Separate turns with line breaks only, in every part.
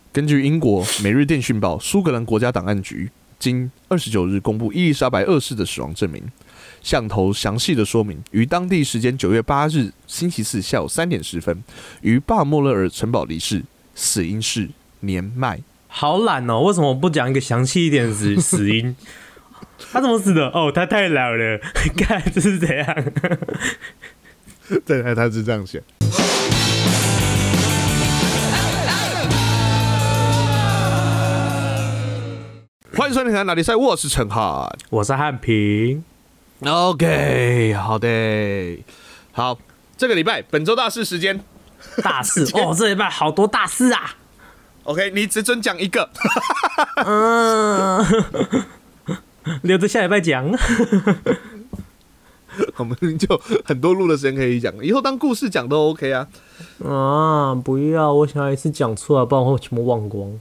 根据英国《每日电讯报》苏格兰国家档案局今29日公布伊丽莎白二世的死亡证明，项头详细的说明，于当地时间9月8日星期四下午3点10分，于巴莫勒尔城堡离世，死因是年迈。
好懒哦，为什么不讲一个详细一点的死因？他怎么死的？哦，他太老了。看这是怎样？
对，他是这样写。欢迎收听《哪里赛》，我是陈汉，
我是汉平。
OK， 好的，好，这个礼拜本周大事时间，
大事哦，这礼拜好多大事啊。
OK， 你只准讲一个。
留着下礼拜讲。
我们就很多录的时间可以讲，以后当故事讲都 OK 啊。
不要，我想要一次讲出来，不然我全部忘光。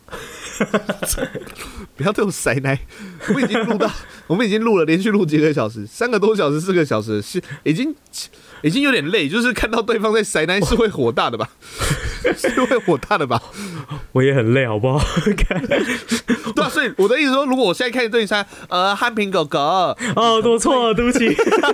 不要对我塞奶，我们已经录了，连续录几个小时，3个多小时、4个小时，已经有点累，就是看到对方在塞奶是会火大的吧？是会火大的吧？
我也很累，好不好？
对啊，所以我的意思说，如果我现在开始对你塞，汉平哥哥，
哦，我错了，对不起。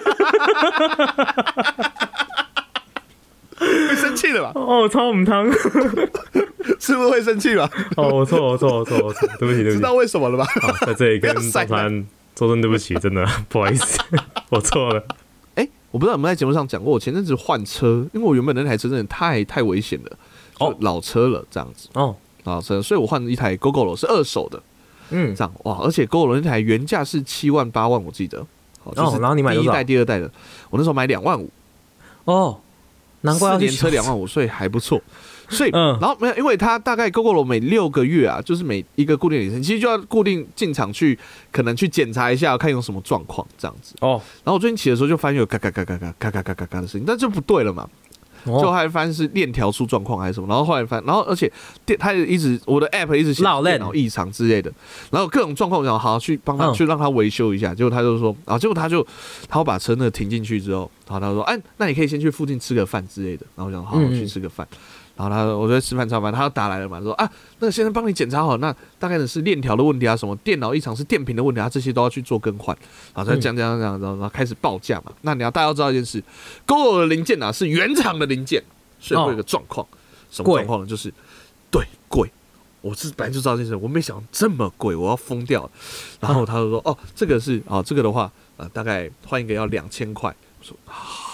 会生气的吧？
哦，超母汤，
是不是会生气吧？
哦，我错，对不起。
知道为什么了吧？
在这里跟中川说声对不起，真的不好意思，我错了。
我不知道有没有在节目上讲过，我前阵子换车，因为我原本那台车真的太危险了，就老车了这样子。老车，所以我换了一台 Gogoro 是2手的，这样哇，而且 Gogoro 那台原价是7万8万，我记得。就是
然后你买多少？
第一代、第2代的，我那时候买2万5。
哦，难怪要去
4年车2万5，所以还不错。所以，然后没有，因为它大概 Gogoro 每6个月啊，就是每一个固定里程，其实就要固定进厂去，可能去检查一下，看有什么状况这样子。然后我最近骑的时候就发现有嘎嘎嘎嘎嘎嘎嘎嘎嘎嘎的声音，但就不对了嘛。就后来发现是链条出状况还是什么，然后后来发现，然后而且它一直我的 app 一直显示电脑异常之类的，然后各种状况，我想好去帮他去让他维修一下，结果他就说，然后结果他把车那停进去之后，然后他说，那你可以先去附近吃个饭之类的，然后我想好，我去吃个饭。然后我就在吃饭超饭，他要打来了嘛，说那个先生帮你检查好，那大概是链条的问题啊，什么电脑异常是电瓶的问题啊，这些都要去做更换。然后再讲，然后开始报价嘛。那大家要知道一件事 ，Gogoro 的零件啊是原厂的零件，所以会有一个状况，什么状况呢？就是对贵。我本来就知道这件事，我没想到这么贵，我要疯掉了。然后他就说，这个是这个的话，大概换一个要2000块。我说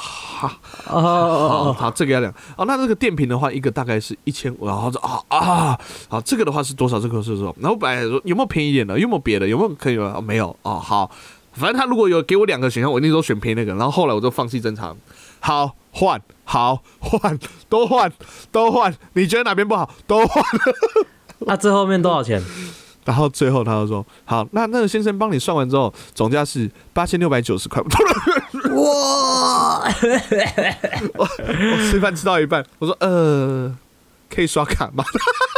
好，这个要2那这个电瓶的话，一个大概是1500，然后说好，这个的话是多少？这个是多少？然后本来说有没有便宜一点的？有没有别的？有没有可以吗？没有好，反正他如果有给我2个选项，我一定都选便宜那个。然后后来我就放弃侦查，好换，都换，你觉得哪边不好都换。
那最后面多少钱？
然后最后他就说：“好，那个先生帮你算完之后，总价是8690块。”哇！我吃饭吃到一半，我说：“可以刷卡吗？”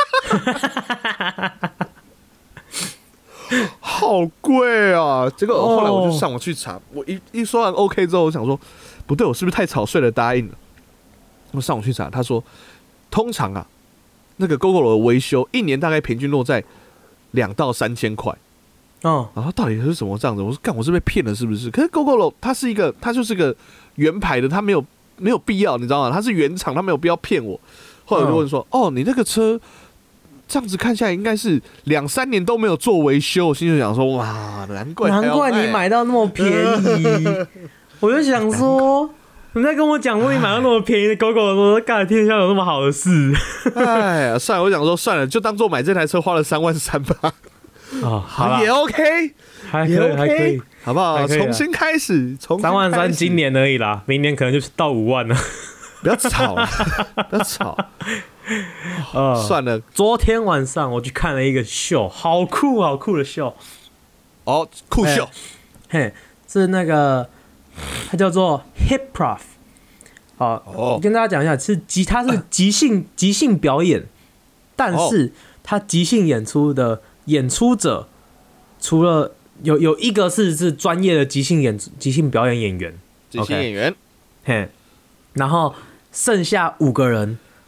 好贵啊！结果后来我就上网去查，我一说完 OK 之后，我想说不对，我是不是太草率的答应了？我上网去查，他说通常啊，那个 Gogoro 的维修1年大概平均落在2到3千块，然后到底是什么这样子？我说干，我是被骗了是不是？可是 Gogoro 它就是个原牌的，它没有必要，你知道吗？它是原厂，它没有必要骗我。后来我就问说，你那个车这样子看下来，应该是2-3年都没有做维修。我心里就想说，哇，难怪
你买到那么便宜。我就想说，你在跟我讲，你买到那么便宜的 Gogoro， 说干天下有那么好的事？
哎呀，算了，我想说算了，就当做买这台车花了3万3吧。好也 OK，
还可以，
好不好？重新开始
，3万3今年而已啦，明年可能就到5万了。
不要吵了，不要吵。算了。
昨天晚上我去看了一个秀，好酷的秀。
酷秀。
是那个，它叫做 Hip Prof。我跟大家讲一下，它是即兴表演，但是它即兴演出的演出者，除了有一个是专业的即兴表演演员，
即兴演员，
然后剩下5个人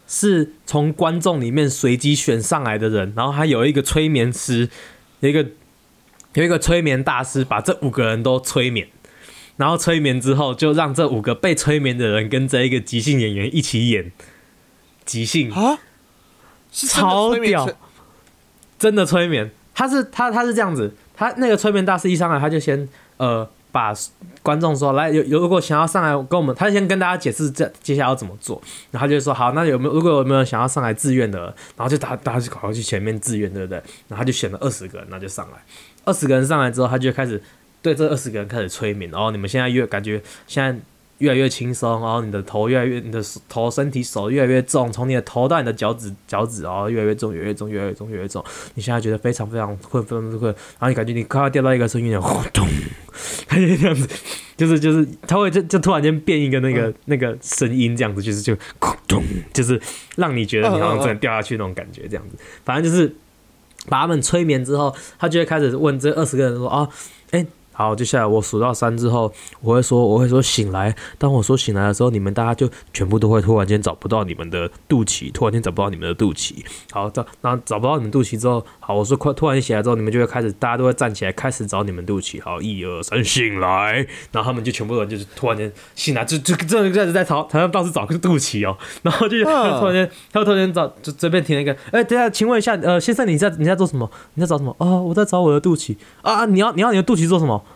是从观众里面随机选上来的人，然后还有一个催眠师，有一个催眠大师把这5个人都催眠，然后催眠之后就让这5个被催眠的人跟这一个即兴演员一起演即兴啊，超屌，真的催眠。他是这样子，他那个催眠大师一上来他就先把观众说来如果想要上来跟我们，他先跟大家解释接下来要怎么做，然后他就说好，那如果有没有想要上来自愿的，然后就大家就跑去前面自愿，对不对？然后他就选了20个人，那就上来，20个人上来之后，他就开始对这20个人开始催眠，然后你们现在感觉现在越来越轻松，然后你的头你的头、身体、手越来越重，从你的头到你的脚趾，然后越来越重，越来越重，越来越重，越来越重。你现在觉得非常非常困，非常困，然后你感觉你快要掉到一个深渊，呼咚，他就这样子，就是他会就突然间变一个那个声音，这样子就呼咚，就是让你觉得你好像真的掉下去那种感觉，这样子。反正就是把他们催眠之后，他就会开始问这20个人说啊，好，接下来我数到3之后，我会说醒来。当我说醒来的时候，你们大家就全部都会突然间找不到你们的肚脐，突然间找不到你们的肚脐。好，然后找不到你们肚脐之后，好，我说突然间起来之后，你们就会开始，大家都会站起来开始找你们肚脐。好，1、2、3，醒来。然后他们就全部人就是突然间醒来，就真的在好像到处找个肚脐哦。然后就突然间找，就随便停了一个。等一下，请问一下，先生你在做什么？你在找什么？哦，我在找我的肚脐啊！你要你的肚脐做什么？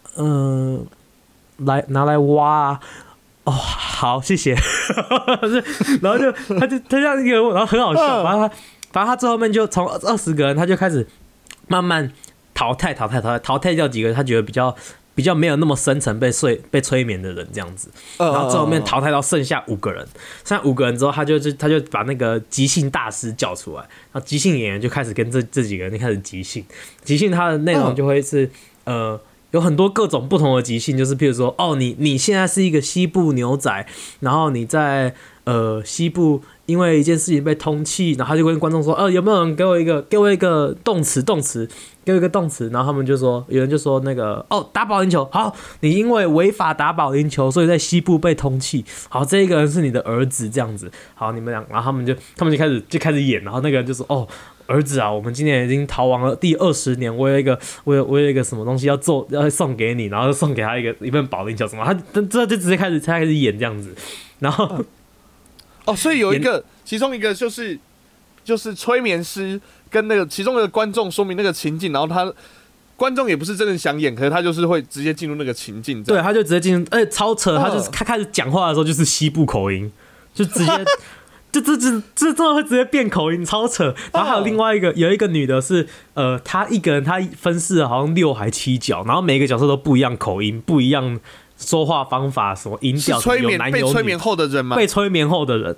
拿来挖啊！哦，好，谢谢。然后他这样一个，然后很好笑。反正他最后面就从20个人，他就开始慢慢淘汰掉几个他觉得比较没有那么深层被催眠的人这样子。然后最后面淘汰到剩下5个人，剩下5个人之后，他就把那个即兴大师叫出来，然后即兴演员就开始跟这几个人就开始即兴。即兴它的内容就会是有很多各种不同的即兴，就是譬如说，你现在是一个西部牛仔，然后你在西部因为一件事情被通缉，然后他就跟观众说，有没有人给我一个动词，给我一个动词，然后他们就说，有人就说那个打保龄球，好，你因为违法打保龄球，所以在西部被通缉，好，这一个人是你的儿子，这样子，好，你们俩，然后他们就开始演，然后那个人就说，儿子啊，我们今年已经逃亡了第20年，我有一个什么东西要送给你，然后就送给他一份保龄球什么，他这就直接开始演这样子，然后
所以有其中一个就是催眠师跟那个其中一个观众说明那个情境，然后观众也不是真的想演，可是他就是会直接进入那个情境，
对，他就直接进入，超扯，他开始讲话的时候就是西部口音，就直接。这真的会直接变口音，超扯。然后还有另外有一个女的是，她一个人她分饰了好像6还7角，然后每一个角色都不一样口音，不一样说话方法，什么音调，有男有女。
被催眠后的人吗？
被催眠后的人，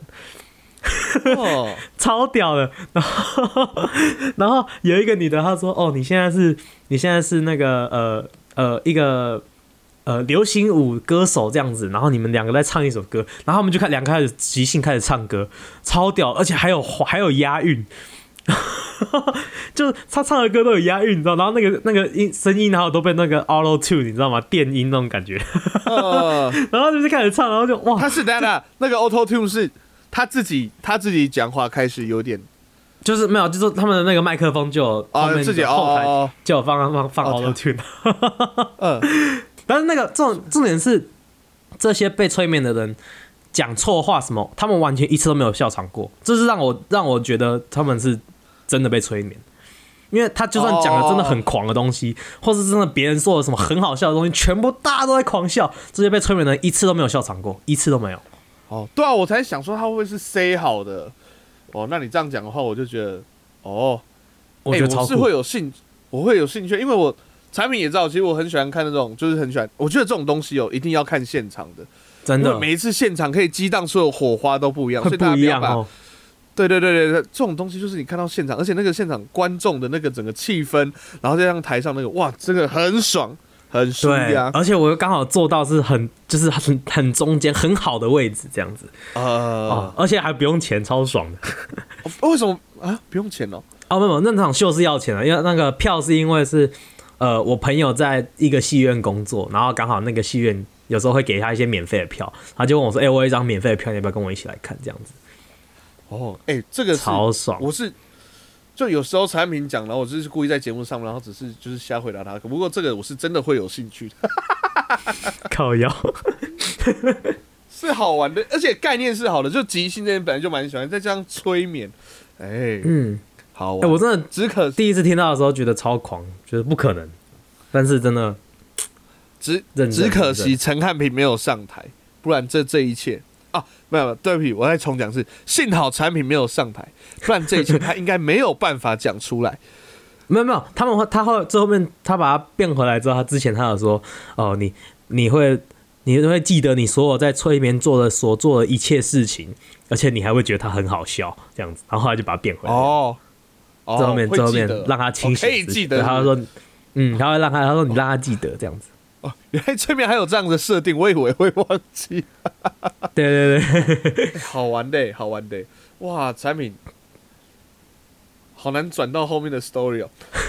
超屌的。然后有一个女的，她说：“你现在是那个一个。”流行舞歌手这样子，然后你们2个在唱一首歌，然后他们就2个开始即兴开始唱歌，超屌，而且还有押韵，就是他唱的歌都有押韵，你知道，然后那个声音然后都被那个 auto tune， 你知道吗？电音那种感觉，然后就是开始唱，然后就哇，
他是那个 auto tune 是他自己讲话开始有点。
就是没有，就是他们的那个麦克风就有自己后台就有放 auto tune， 但是那个重点是这些被催眠的人讲错话什么，他们完全一次都没有笑场过，这是让我觉得他们是真的被催眠，因为他就算讲了真的很狂的东西，或是真的别人说了什么很好笑的东西，全部大家都在狂笑，这些被催眠的人一次都没有笑场过，一次都没有。
对啊，我才想说他会不会是 say 好的。那你这样讲的话，我就觉得，我觉得超酷。我会有兴趣，因为我产品也知道，其实我很喜欢看那种，就是很喜欢。我觉得这种东西一定要看现场的，
真的，
每一次现场可以激荡所有火花都不一样，
会不一样
哦。对，这种东西就是你看到现场，而且那个现场观众的那个整个气氛，然后再让台上那个，哇，真的很爽。很舒压，
而且我又刚好做到是就是很中间很好的位置这样子，而且还不用钱，超爽的。
为什么啊？不用钱哦？
没有，那场秀是要钱的，因为那个票是因为是我朋友在一个戏院工作，然后刚好那个戏院有时候会给他一些免费的票，他就问我说：“我有一张免费的票，你要不要跟我一起来看？”这样子。
哦，这个是
超爽。
我是就有时候产品讲，然后我就是故意在节目上，然后只是就是瞎回答他。不过这个我是真的会有兴趣的。
靠腰
是好玩的，而且概念是好的，就即兴这边本来就蛮喜欢，再加上催眠，好玩。
我真的第一次听到的时候觉得超狂，觉得不可能，但是真的
只可惜陈汉平没有上台，不然这一切啊，没有，对不起，我再重讲是，幸好产品没有上台，不然这一切他应该没有办法讲出来。
没有，他后面他把它变回来之后，他之前他有说，哦，你会记得你所有在催眠所做的一切事情，而且你还会觉得他很好笑这样子，然后后来就把它变回来。最后面让他清醒，
可以记得。
他说，他会他说你让他记得这样子。
原来催眠还有这样的设定，我以为会忘记。
对，
好玩的，哇，产品好难转到后面的 story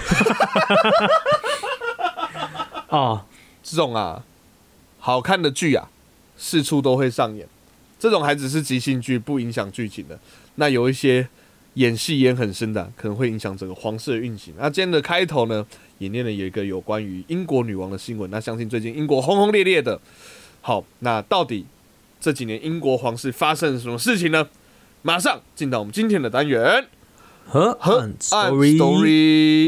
哦。这种好看的剧四处都会上演。这种还只是即兴剧，不影响剧情的。那有一些演戏演很深的，可能会影响整个皇室的运行。那今天的开头呢，也念了有一个有关于英国女王的新闻。那相信最近英国轰轰烈烈的。好，那到底这几年英国皇室发生了什么事情呢？马上进到我们今天的单元
河岸 story。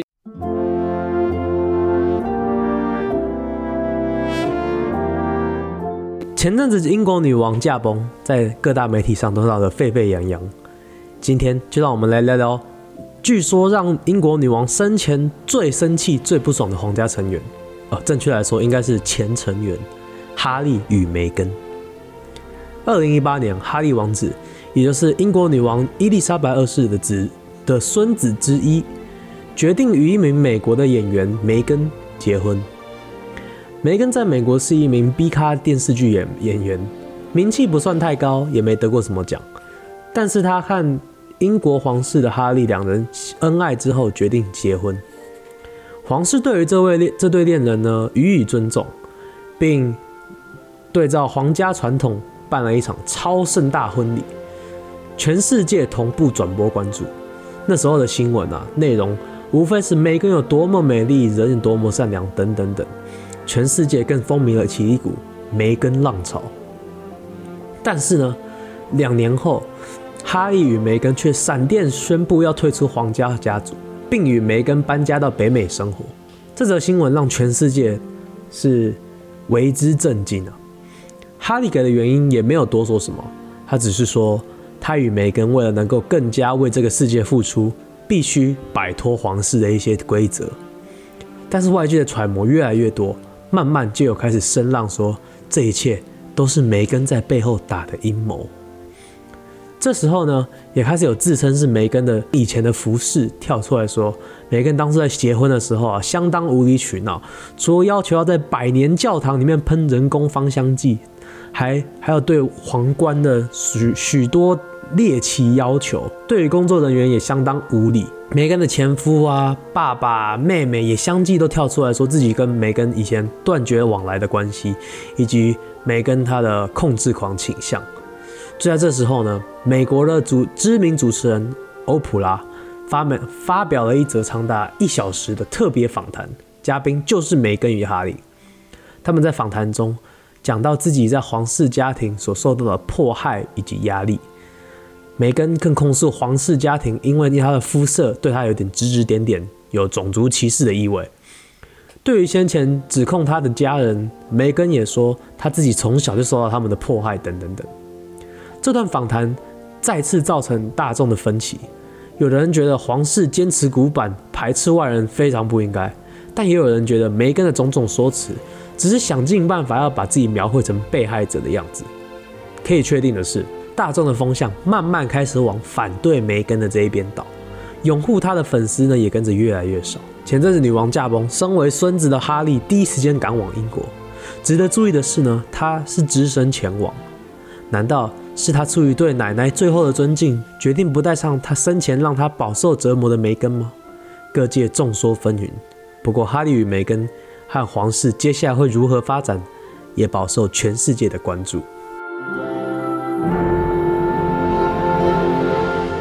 前阵子英国女王驾崩，在各大媒体上都闹得沸沸扬扬。今天就让我们来聊聊，据说让英国女王生前最生气、最不爽的皇家成员，正确来说应该是前成员哈利与梅根。2018年，哈利王子，也就是英国女王伊丽莎白二世的孙子之一，决定与一名美国的演员梅根结婚。梅根在美国是一名 B 咖电视剧演员，名气不算太高，也没得过什么奖。但是他和英国皇室的哈利两人恩爱之后，决定结婚。皇室对于这对恋人呢予以尊重，并对照皇家传统办了一场超盛大婚礼，全世界同步转播关注。那时候的新闻内容无非是梅根有多么美丽，人有多么善良等等等。全世界更风靡了起一股梅根浪潮。但是呢，2年后，哈利与梅根却闪电宣布要退出皇家家族，并与梅根搬家到北美生活。这则新闻让全世界是为之震惊哈利给的原因也没有多说什么，他只是说他与梅根为了能够更加为这个世界付出，必须摆脱皇室的一些规则。但是外界的揣摩越来越多，慢慢就有开始声浪说这一切都是梅根在背后打的阴谋。这时候呢，也开始有自称是梅根的以前的服侍跳出来说，梅根当初在结婚的时候相当无理取闹，除了要求要在百年教堂里面喷人工芳香剂，还有对皇冠的许多猎奇要求，对于工作人员也相当无理。梅根的前夫爸爸、妹妹也相继都跳出来说自己跟梅根以前断绝往来的关系，以及梅根她的控制狂倾向。就在这时候呢，美国的知名主持人欧普拉发表了一则长达1小时的特别访谈，嘉宾就是梅根与哈利。他们在访谈中讲到自己在皇室家庭所受到的迫害以及压力。梅根更控诉皇室家庭因为她的肤色对她有点指指点点，有种族歧视的意味。对于先前指控她的家人，梅根也说她自己从小就受到他们的迫害等等等。这段访谈再次造成大众的分歧，有的人觉得皇室坚持古板，排斥外人非常不应该，但也有人觉得梅根的种种说辞只是想尽办法要把自己描绘成被害者的样子。可以确定的是，大众的风向慢慢开始往反对梅根的这一边倒，拥护他的粉丝呢也跟着越来越少。前阵子女王驾崩，身为孙子的哈利第一时间赶往英国。值得注意的是呢，他是只身前往，难道是他出于对奶奶最后的尊敬，决定不带上他生前让他饱受折磨的梅根吗？各界众说纷纭。不过哈利与梅根和皇室接下来会如何发展，也饱受全世界的关注。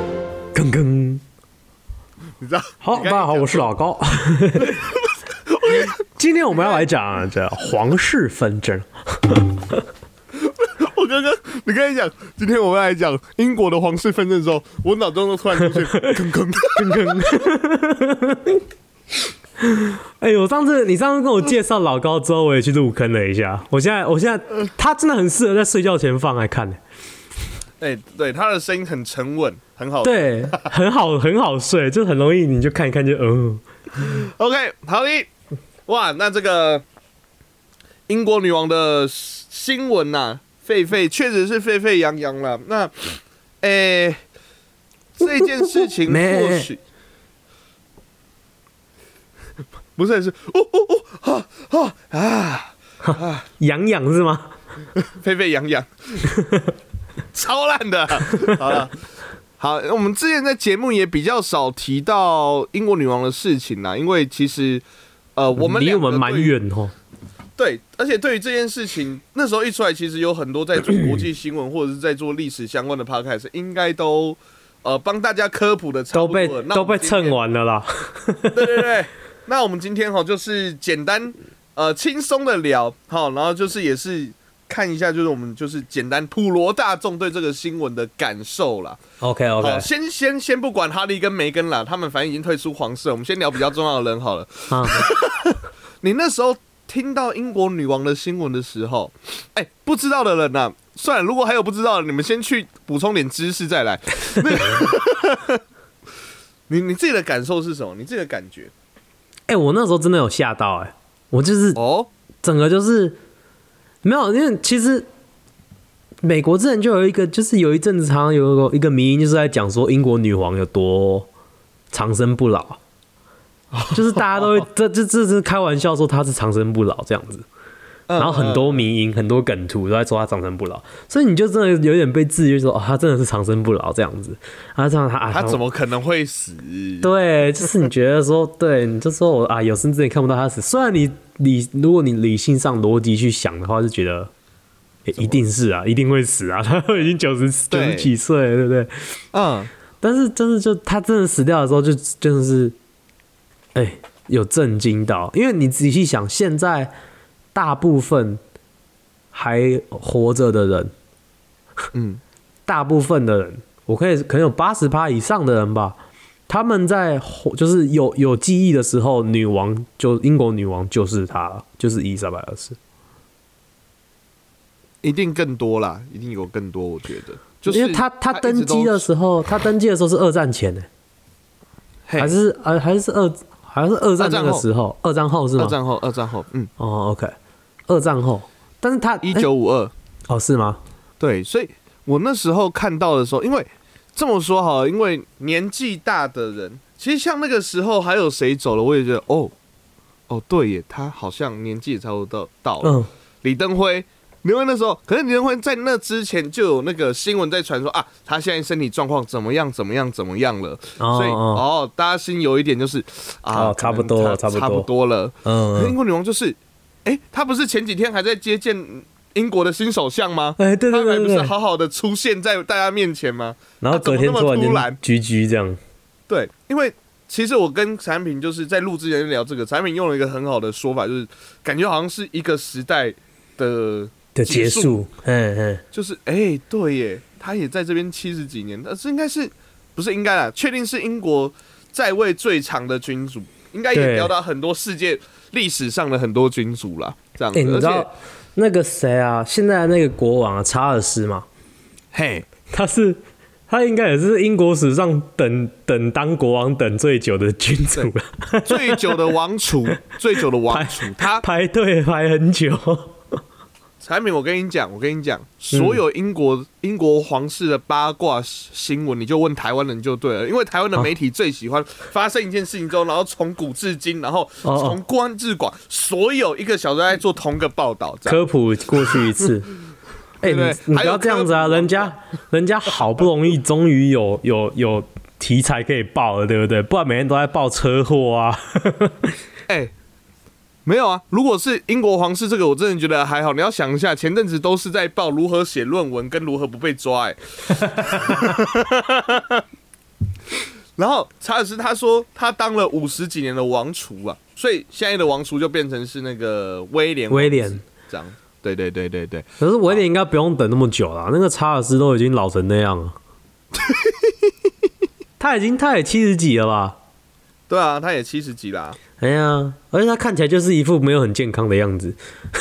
你知道？
好，大家好，我是老高。今天我们要来讲这皇室纷争。
你刚才讲，今天我们来讲英国的皇室纷争的时候，我脑中都突然出现坑坑坑坑。
哎，你上次跟我介绍老高之后，我也去入坑了一下。我现在，他真的很适合在睡觉前放来看。
哎，对，他的声音很沉稳，很好，
对，很好睡，就很容易，你就看一看就
OK， 好的，哇，那这个英国女王的新闻呐，确实是沸沸扬扬了。那，这件事情或许不是
痒痒是吗？
沸沸扬扬。超烂的，好了，好，我们之前在节目也比较少提到英国女王的事情啦，因为其实，我们
离我们蛮远哦。
对，而且对于这件事情，那时候一出来，其实有很多在做国际新闻或者是在做历史相关的 podcast， 应该都帮大家科普的差不多了，
都被蹭完了啦。
对，那我们今天就是简单轻松的聊，好，然后就是也是。看一下，就是我们就是简单普罗大众对这个新闻的感受啦。
OK， 好，
先不管哈利跟梅根啦，他们反正已经退出皇室了，我们先聊比较重要的人好了。你那时候听到英国女王的新闻的时候，不知道的人啊，算了，如果还有不知道的，你们先去补充点知识再来。你自己的感受是什么？你自己的感觉？
我那时候真的有吓到，我就是整个就是。没有，因为其实美国之前就有一个，就是有一阵子常常有一个迷因，就是在讲说英国女皇有多长生不老，就是大家都会这是开玩笑说她是长生不老这样子，然后很多迷因、很多梗图都在说她长生不老，所以你就真的有点被制约说她真的是长生不老这样子，啊这样她
怎么可能会死？
对，就是你觉得说，对，你就说我有生之年看不到她死，虽然如果你理性上逻辑去想的话，就觉得一定是啊，一定会死啊，他都已经90几岁了，对不对？但是真的就他真的死掉的时候，就真的是，有震惊到，因为你仔细想，现在大部分还活着的人，大部分的人，可能有80%以上的人吧。他们在就是有记忆的时候，英国女王就是她了，就是伊丽莎白二世。
一定更多啦，一定有更多，我觉得，就是
因为她登基的时候，是二战前还是二战那个时候，二战后是吗？
二战后，
OK， 二战后，但是她
1952，
是吗？
对，所以我那时候看到的时候，因为。这么说好了，因为年纪大的人，其实像那个时候还有谁走了，我也觉得对耶，他好像年纪也差不多到了。李登辉，因为那时候，可是李登辉在那之前就有那个新闻在传说啊，他现在身体状况怎么样了，所以大家心有一点就是
差不多了。
英国女王就是，她不是前几天还在接见。英国的新首相吗？
对，
他还不是好好的出现在大家面前吗？
然后隔天突然居这样。
对，因为其实我跟产品就是在录之前聊这个，产品用了一个很好的说法，就是感觉好像是一个时代的
结束。
就是对耶，他也在这边70几年，但是不是应该啦？确定是英国在位最长的君主，应该也聊到很多世界历史上的很多君主啦。这样子，
你知道那个谁啊？现在的那个国王查尔斯嘛，他应该也是英国史上等当国王等最久的君主了，
最久的王储，他
排队排很久。
产品，我跟你讲，所有英国皇室的八卦新闻，你就问台湾人就对了，因为台湾的媒体最喜欢发生一件事情之后，然后从古至今，然后从官至广，所有1个小时在做同个报道，
科普过去一次。你不要这样子啊！人家好不容易终于有题材可以报了，对不对？不然每天都在报车祸啊。
没有啊，如果是英国皇室这个，我真的觉得还好。你要想一下，前阵子都是在报如何写论文跟如何不被抓。 然后查尔斯他说他当了50几年的王储啊，所以现在的王储就变成是那个威廉这样。对。
可是威廉应该不用等那么久啦，那个查尔斯都已经老成那样了。他也70几了吧？
对啊，他也70几啦。
哎呀，而且他看起来就是一副没有很健康的样子。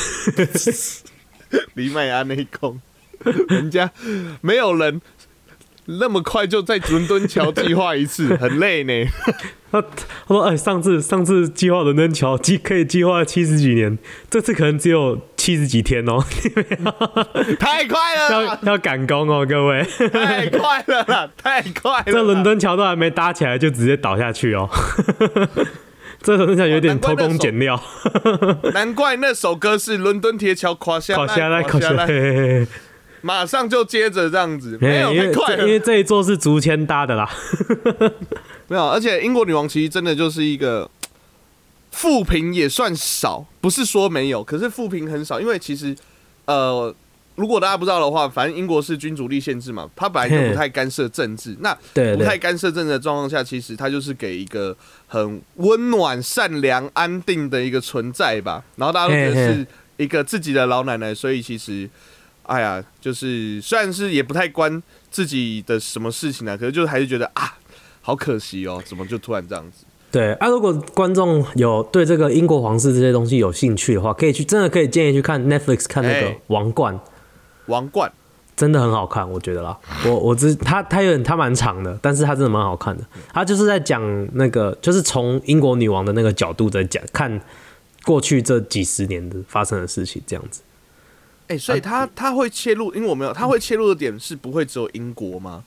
李麦亚内功，人家没有人那么快就在伦敦桥计划一次，很累呢。
他说：“哎，上次计划伦敦桥可以计划70几年，这次可能只有70几天哦。
太快了啦，
要赶工哦，各位。
太快了啦，太快了！
这伦敦桥都还没搭起来，就直接倒下去哦。这伦敦桥有點偷工減料。
難怪那首歌是倫敦鐵橋垮下來。馬上就接着這樣子，沒有太快了，
因為這一座是竹籤搭的啦。
沒有，而且英國女王其實真的就是一個負評也算少，不是說沒有，可是負評很少，因為其實如果大家不知道的話，反正英國是君主立憲制嘛，他本來就不太干涉政治。那不太干涉政治的狀況下，其實他就是給一個很溫暖、善良、安定的一個存在吧。然後大家都覺得是一個自己的老奶奶，所以其實，哎呀，就是雖然是也不太關自己的什麼事情啊，可是就還是覺得啊，好可惜哦，怎麼就突然這樣子？
对啊，如果觀眾有對這個英國皇室這些東西有興趣的話，真的可以建議去看 Netflix 看那個《王冠》。
王冠
真的很好看，我覺得啦。他有點他蠻長的，但是他真的蠻好看的。他就是在講那個，就是從英國女王的那個角度在講，看過去這幾十年的發生的事情，這樣子。
所以他會切入，因為我沒有，他會切入的點是不會只有英國嗎？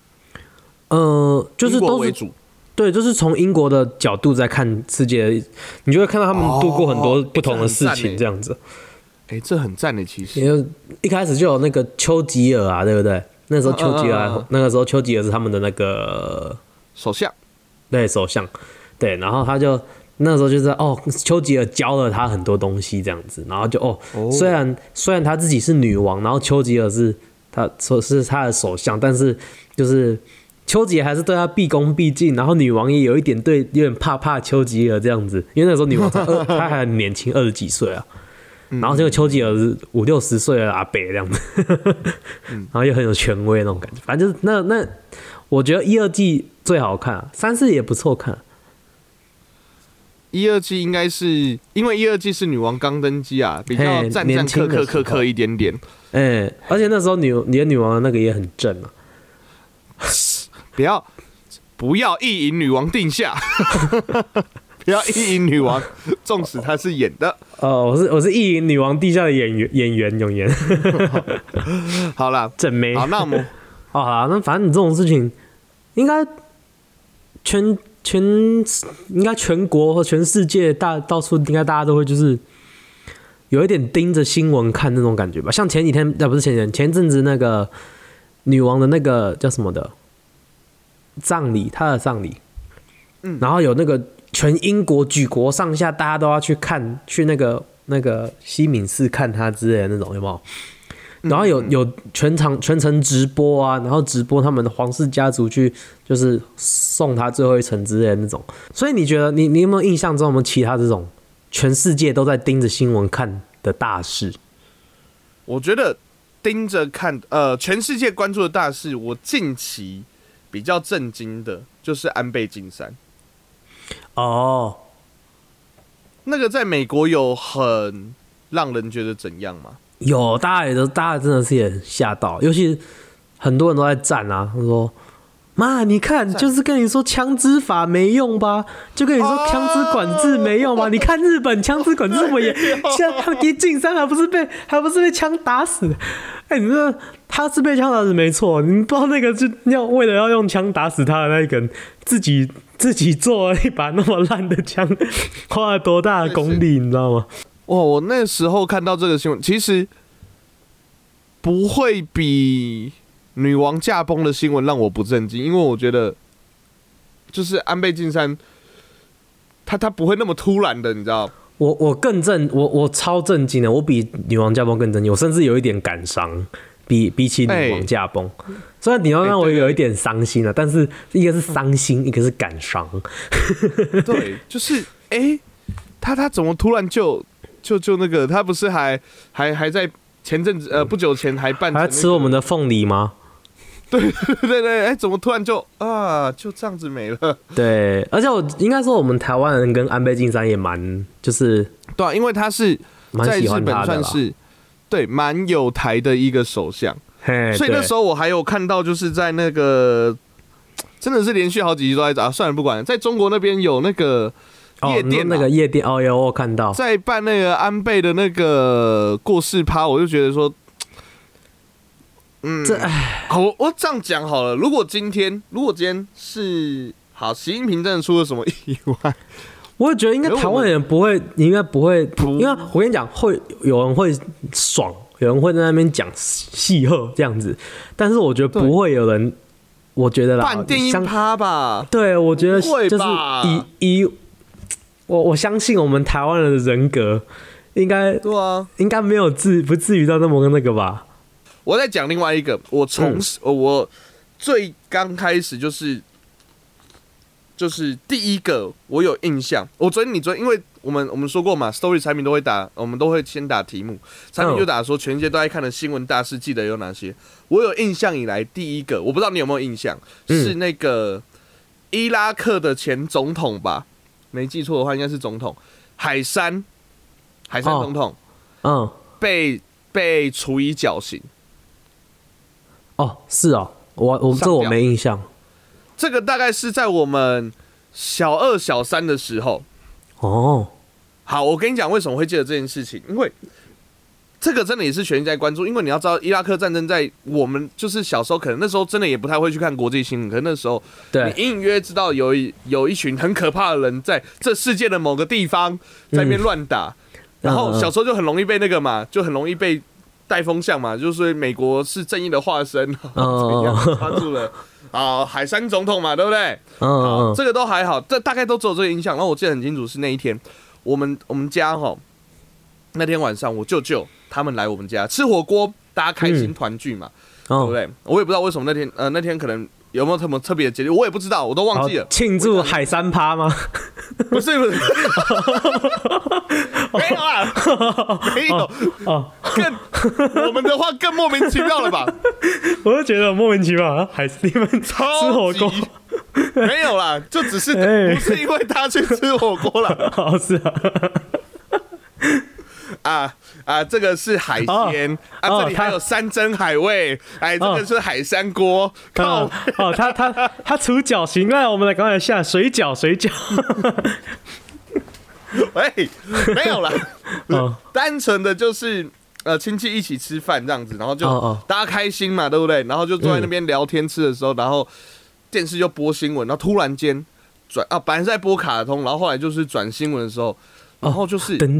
就是都是
英國為主。
对，就是從英國的角度在看世界，你就會看到他們度過很多不同的事情，這樣子。
這很讚的，其實。
因為一開始就有那個丘吉爾啊，對不對？那時候丘吉爾，那個時候丘吉爾是他們的那個
首相，
對，首相，對，然後他就那時候就是丘吉爾教了他很多東西，這樣子，然後就雖然他自己是女王，然後丘吉爾是他的首相，但是就是丘吉爾還是對他畢恭畢敬，然後女王也有點怕丘吉爾這樣子，因為那時候女王他還很年輕，20幾歲啊。然後這個丘吉爾是50、60歲的阿伯這樣子，然後又很有權威那種感覺。反正就是那我覺得1、2季最好看啊，3、4也不錯看。
1、2季應該是因為1、2季是女王剛登基啊，比較戰刻一點點。
而且那時候你的女王的那個也很正啊。
不要意淫女王定下。不要意淫女王，縱使她是演的。
我是意淫女王地下的演員永言。
好啦，
正妹。
好，那我们
好啦，那反正你这种事情，应该应该全国和全世界到处应该大家都会就是有一点盯着新闻看那种感觉吧。像前几天不是前阵子那个女王的那个叫什么的葬礼，她的葬礼，然后有那个。全英国举国上下大家都要去看，去那个西敏寺看他之类的那种，有没有？然后有全程直播啊，然后直播他们的皇室家族去就是送他最后一程之类的那种。所以你觉得你有没有印象中有没有其他这种全世界都在盯着新闻看的大事？
我觉得盯着看全世界关注的大事，我近期比较震惊的就是安倍晋三。那個在美國有很讓人覺得怎樣嗎？
有，大家真的是也嚇到，尤其很多人都在讚啊，他說：“媽，你看，就是跟你說槍支法沒用吧？就跟你說槍支管制沒用吧？你看日本槍支管制我也，現在他給晉三還不是被槍打死？你說他是被槍打死沒錯，你不知道那個就為了要用槍打死他的那個人自己做了一把那麼爛的槍，花了多大的功力，你知道嗎？
我那時候看到這個新聞，其實不會比女王駕崩的新聞讓我不震驚，因為我覺得就是安倍晉三，他不會那麼突然的，你知道？我
超震驚的，我比女王駕崩更震驚，我甚至有一點感傷。 比起女王驾崩。虽然你要让我有一点伤心了，但是一个是伤心，一个是感伤。
对，就是他怎么突然就那个？他不是还在前阵子不久前还办、那個，
还吃我们的凤梨吗？
对，怎么突然就这样子没了？
对，而且我应该说，我们台湾人跟安倍晋三也蛮就是
对啊，因为他是在日本算是对蛮有台的一个首相。所以那时候我还有看到，就是在那个真的是连续好几集都在找，算了不管了，在中国那边有那个夜店、
那个夜店有我看到
在办那个安倍的那个过世趴，我就觉得说，好，我这样讲好了，如果今天是好，习近平真的出了什么意外，
我也觉得应该台湾人不会，应该不会，因为我跟你讲，会有人会爽。有人会在那边讲戏贺这样子，但是我觉得不会有人，我觉得啦，
办电音趴吧？
对，我觉得就是我相信我们台湾人的人格，应该
对啊，
应该没有不至于到那么那个吧。
我再讲另外一个，我最刚开始就是第一个我有印象，你昨天因为我们说过嘛 ，Story 产品都会打，我们都会先打题目，产品就打说全世界都在看的新闻大事，记得有哪些？我有印象以来第一个，我不知道你有没有印象，是那个伊拉克的前总统吧？没记错的话，应该是总统海山总统，被处以绞刑。
是哦，这我没印象。
这个大概是在我们小2、小3的时候。好，我跟你讲为什么会记得这件事情，因为这个真的也是全世界在关注，因为你要知道伊拉克战争在我们就是小时候可能那时候真的也不太会去看国际新闻，可是那时候你隐隐约知道有一群很可怕的人在这世界的某个地方在那边乱打，然后小时候就很容易被那个嘛，就很容易被带风向嘛，就是美国是正义的化身，怎样抓住了海山总统嘛，对不对？这个都还好，这大概都只有这个印象。然后我记得很清楚是那一天，我们家那天晚上我舅舅他们来我们家吃火锅，大家开心团聚嘛，对不对？我也不知道为什么那天可能有没有什么特别的节日，我也不知道，我都忘记了。
庆祝海山趴吗？
不是，没有啊，没有我们的话更莫名其妙了吧？
我就觉得莫名其妙，你们吃火锅
没有啦，就只是不是因为他去吃火锅了，
是
这个是海鲜这里还有山珍海味，这个是海山锅。
他处绞刑了，我们来赶快下水饺。
喂，没有啦，单纯的就是亲戚一起吃饭这样子，然后就大家开心嘛，对不对？然后就坐在那边聊天吃的时候，然后电视就播新闻，然后突然间本来是在播卡通，然后后来就是转新闻的时候。然后就是新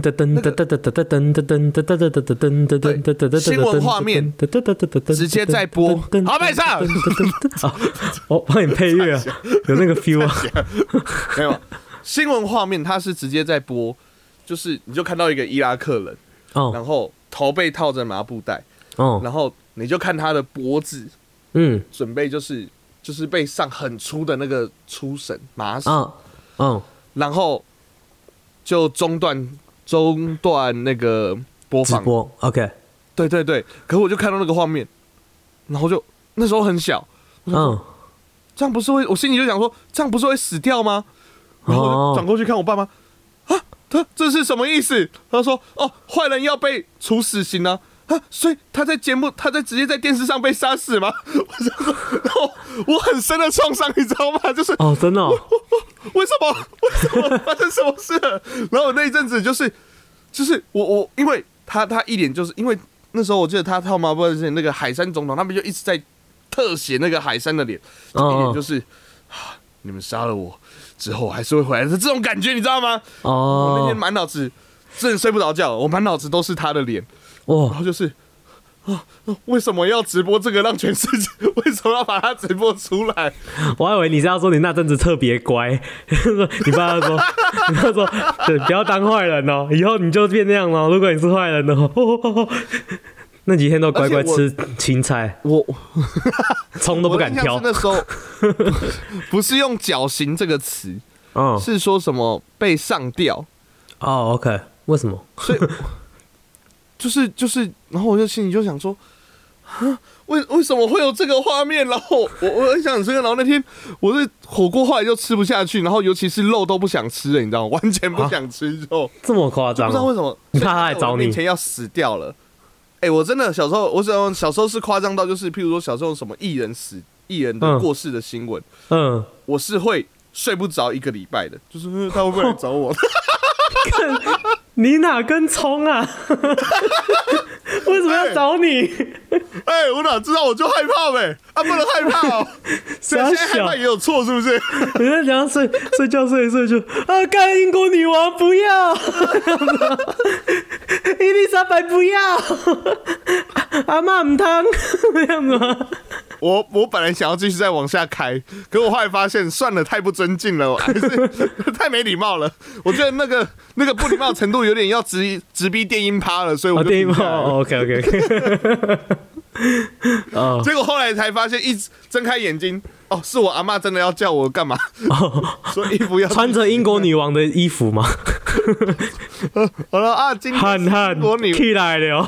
闻画面直接在播，好，没事。
我帮你配乐啊，有那个 feel 啊。
没有，新闻画面它是直接在播，就是你就看到一个伊拉克人，然后头被套着麻布袋，然后你就看他的脖子，准备就是被上很粗的那个粗绳麻绳，然后。就中断那个播放，
直播 ，OK，
对，可是我就看到那个画面，然后就那时候很小，这样不是会，我心里就想说，这样不是会死掉吗？然后我就转过去看我爸妈，这是什么意思？他说，坏人要被处死刑啊。所以他在直接在电视上被杀死吗？我很深的创伤，你知道吗？就是
真的
为什么发生什么事了？然后我那一阵子就是我因为他一脸就是因为那时候我记得他套麻布之前那个海山总统，他们就一直在特写那个海山的脸，一脸就是你们杀了我之后还是会回来的这种感觉，你知道吗？我那天满脑子真的睡不着觉，我满脑子都是他的脸。然后就是为什么要直播这个让全世界？为什么要把它直播出来？
我还以为你是要说你那阵子特别乖，你爸说不要当坏人哦，以后你就变那样哦。如果你是坏人的话， 那几天都乖乖吃青菜，
我
葱都不敢挑。
那时候不是用绞刑这个词，是说什么被上吊。
哦 ，OK， 为什么？
所以就是，然后我就心里就想说，为什么会有这个画面？然后我很想吃，然后那天我是火锅后来就吃不下去，然后尤其是肉都不想吃了，你知道吗？完全不想吃肉，
这么夸张？
不知道为什么，
你怕他来找你？
面前要死掉了。我真的小时候，小时候是夸张到就是，譬如说小时候什么艺人的过世的新闻，我是会睡不着1个礼拜的，就是他会不会来找我？
你哪根葱啊？为什么要找你？
我哪知道，我就害怕呗，不能害怕哦。现在害怕也有错，是不是？
你在讲睡觉就干英国女王不要，伊丽莎白不要，阿嬷唔汤这样子吗？
我本来想要继续再往下开，可我后来发现算了，太不尊敬了，还是太没礼貌了。我觉得那个不礼貌的程度有点要直逼电音趴了，所以我就
电音趴。OK。
结果后来才发现，一睁开眼睛，是我阿嬷真的要叫我干嘛？说衣服要
穿着英国女王的衣服吗？
好了啊，今天
英国女起来了。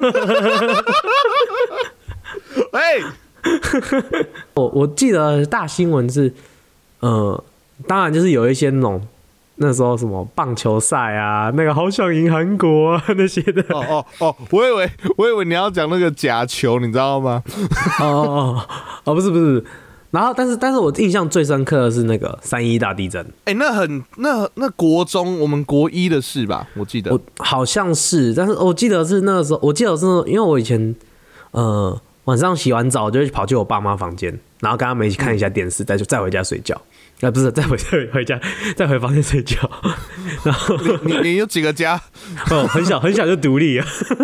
我记得大新闻是，当然就是有一些那时候什么棒球赛啊，那个好想赢韩国啊那些的。
我以为你要讲那个假球，你知道吗？
不是。然后，但是我印象最深刻的是那个3.1大地震。
那国中我们国1的事吧，我记得。
好像是，但是我记得是那个时候，因为我以前晚上洗完澡就会跑去我爸妈房间，然后跟他们一起看一下电视，再回家睡觉。不是再回家，再回房间睡觉。然后
你有几个家？
很小就独立了。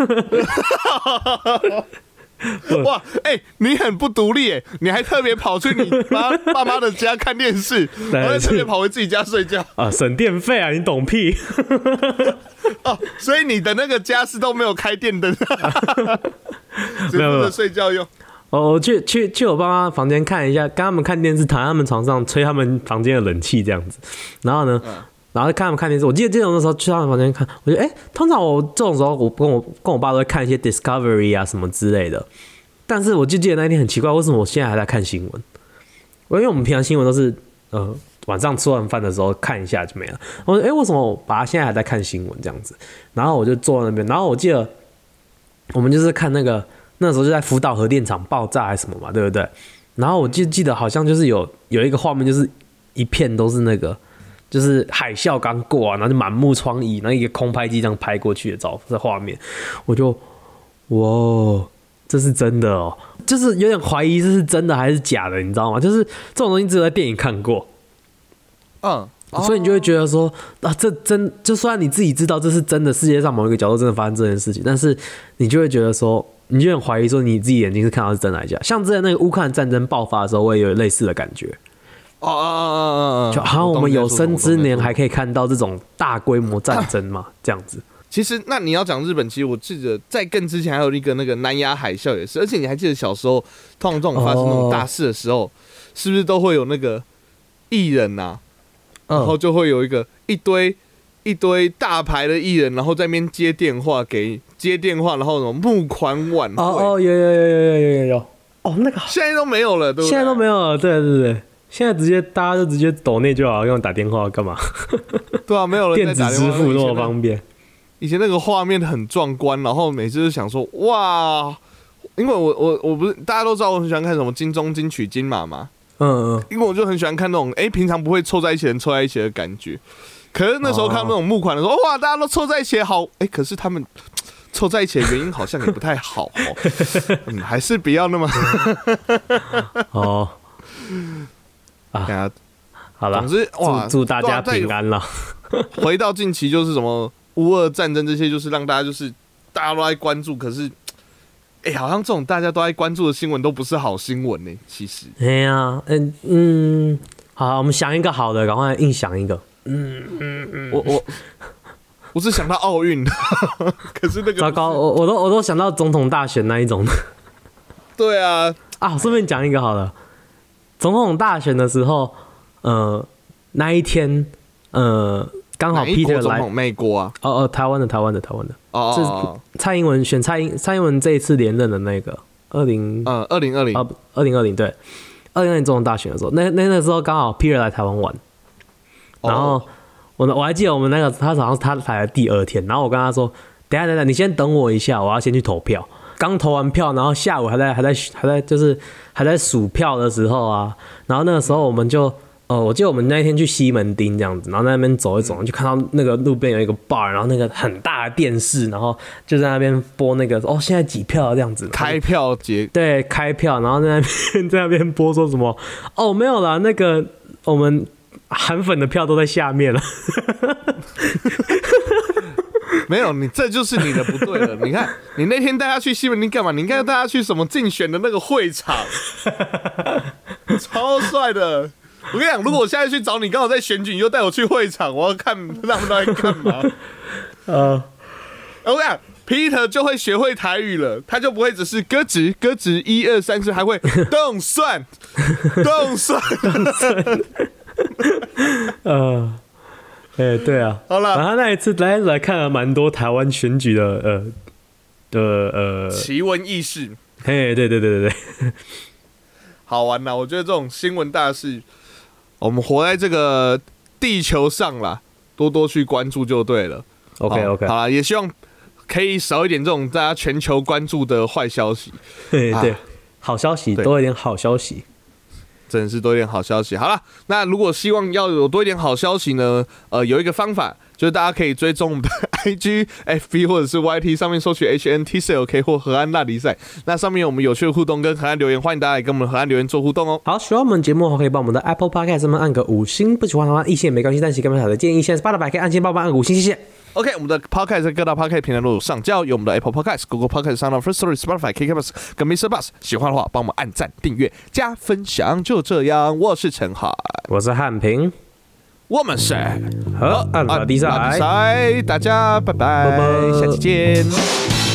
哇，你很不独立你还特别跑去你爸妈的家看电视，然后特别跑回自己家睡觉
啊，省电费啊，你懂屁？
所以你的那个家是都没有开电灯，只负责睡觉用。
我去我爸妈房间看一下，跟他们看电视，躺在他们床上吹他们房间的冷气这样子。然后呢，然后看他们看电视。我记得这种的时候去他们房间看，我觉得通常我这种时候我跟我爸都会看一些 Discovery 啊什么之类的。但是我就记得那一天很奇怪，为什么我现在还在看新闻？因为我们平常新闻都是晚上吃完饭的时候看一下就没了。我说为什么我爸现在还在看新闻这样子？然后我就坐在那边，然后我记得我们就是看那时候就在福岛核电厂爆炸还是什么嘛，对不对？然后我记得好像就是有一个画面，就是一片都是那个，就是海啸刚过啊，然后就满目疮痍，然后一个空拍机这样拍过去的这画面，我就哇，这是真的哦，就是有点怀疑这是真的还是假的，你知道吗？就是这种东西只有在电影看过，所以你就会觉得说就算你自己知道这是真的，世界上某一个角度真的发生这件事情，但是你就会觉得说。你就很怀疑说你自己眼睛是看到是真的还是假？像之前那个乌克兰战争爆发的时候，我也有类似的感觉。就好像我们有生之年还可以看到这种大规模战争嘛，这样子。
其实，那你要讲日本，其实我记得在更之前还有一个那个南亚海啸也是，而且你还记得小时候，通常这种发生那种大事的时候，是不是都会有那个艺人啊，然后就会有一堆大牌的艺人，然后在那边接电话，然后什么募款晚会。
有。那个
现在都没有了，对不对？
现在都没有了，对。现在大家就直接抖内就好，用打电话干嘛？
对啊，没有了，
电子支付那么方便。
以前那个画面很壮观，然后每次就想说哇，因为我不是大家都知道我很喜欢看什么金钟、金曲、金马嘛，因为我就很喜欢看那种平常不会凑在一起人凑在一起的感觉。可是那时候看那种募款的时候，哇，大家都凑在一起好，可是他们凑在一起的原因好像也不太好还是不要那么
好了，
总之哇，
祝大家平安了。
回到近期就是什么乌俄战争这些，就是让大家都在关注，可是好像这种大家都在关注的新闻都不是好新闻呢。其实，
好，我们想一个好的，赶快硬想一个。
我是想到奥运，可是那个
糟糕，我都想到总统大选那一种。
对啊，
顺便讲一个好了，总统大选的时候，那一天，刚好 Peter 来
美国啊，
台湾的，是蔡英文这一次連任的那个2020对，2020总统大选的时候，那时候刚好 Peter 来台湾玩，然后我还记得我们那个他好像他来的第2天，然后我跟他说，等一下，你先等我一下，我要先去投票。刚投完票，然后下午还在数票的时候啊，然后那个时候我们就我记得我们那一天去西门町这样子，然后在那边走一走，就看到那个路边有一个 bar， 然后那个很大的电视，然后就在那边播那个现在几票这样子，
开票节，
对，开票，然后在那边播说什么没有啦，那个我们韩粉的票都在下面了。
没有，你这就是你的不对了。你看，你那天带他去西门町干嘛？你应该带他去什么竞选的那个会场，超帅的。我跟你讲，如果我现在去找你，刚好在选举，你又带我去会场，我要看他们到底干嘛。我跟你讲 ，Peter 就会学会台语了，他就不会只是歌词1、2、3、4，还会动算。
对啊，
好了，
然后那一次来看了蛮多台湾选举的
奇闻异事。
对，
好玩啦！我觉得这种新闻大事，我们活在这个地球上啦，多多去关注就对了。
OK，
好啦，也希望可以少一点这种大家全球关注的坏消息。
对，好消息多一点好消息。
真的是多一点好消息。好了，那如果希望要有多一点好消息呢，有一个方法，就是大家可以追踪我们的 IG、FB 或者是 YT 上面搜取 HNTCLK 或河岸大比赛，那上面有我们有趣的互动跟河岸留言，欢迎大家来跟我们河岸留言做互动哦。
好，喜欢我们节目的话，可以帮我们的 Apple Podcast 上面按个5星，不喜欢的话1星也没关系，但是根本好的建议现在800可以按键帮忙按个5星，谢谢。
OK， 我们的 Podcast 在各大 Podcast 平台都有上架，有我们的 Apple Podcast、Google Podcast、SoundOn、Firstory、Spotify、KKBOX 跟 Mr. Bus。喜欢的话，帮我们按赞、订阅、加分享。就这样，我是陈海，
我是汉平，
我们是
河岸拉比赛，
大家拜拜，下期见。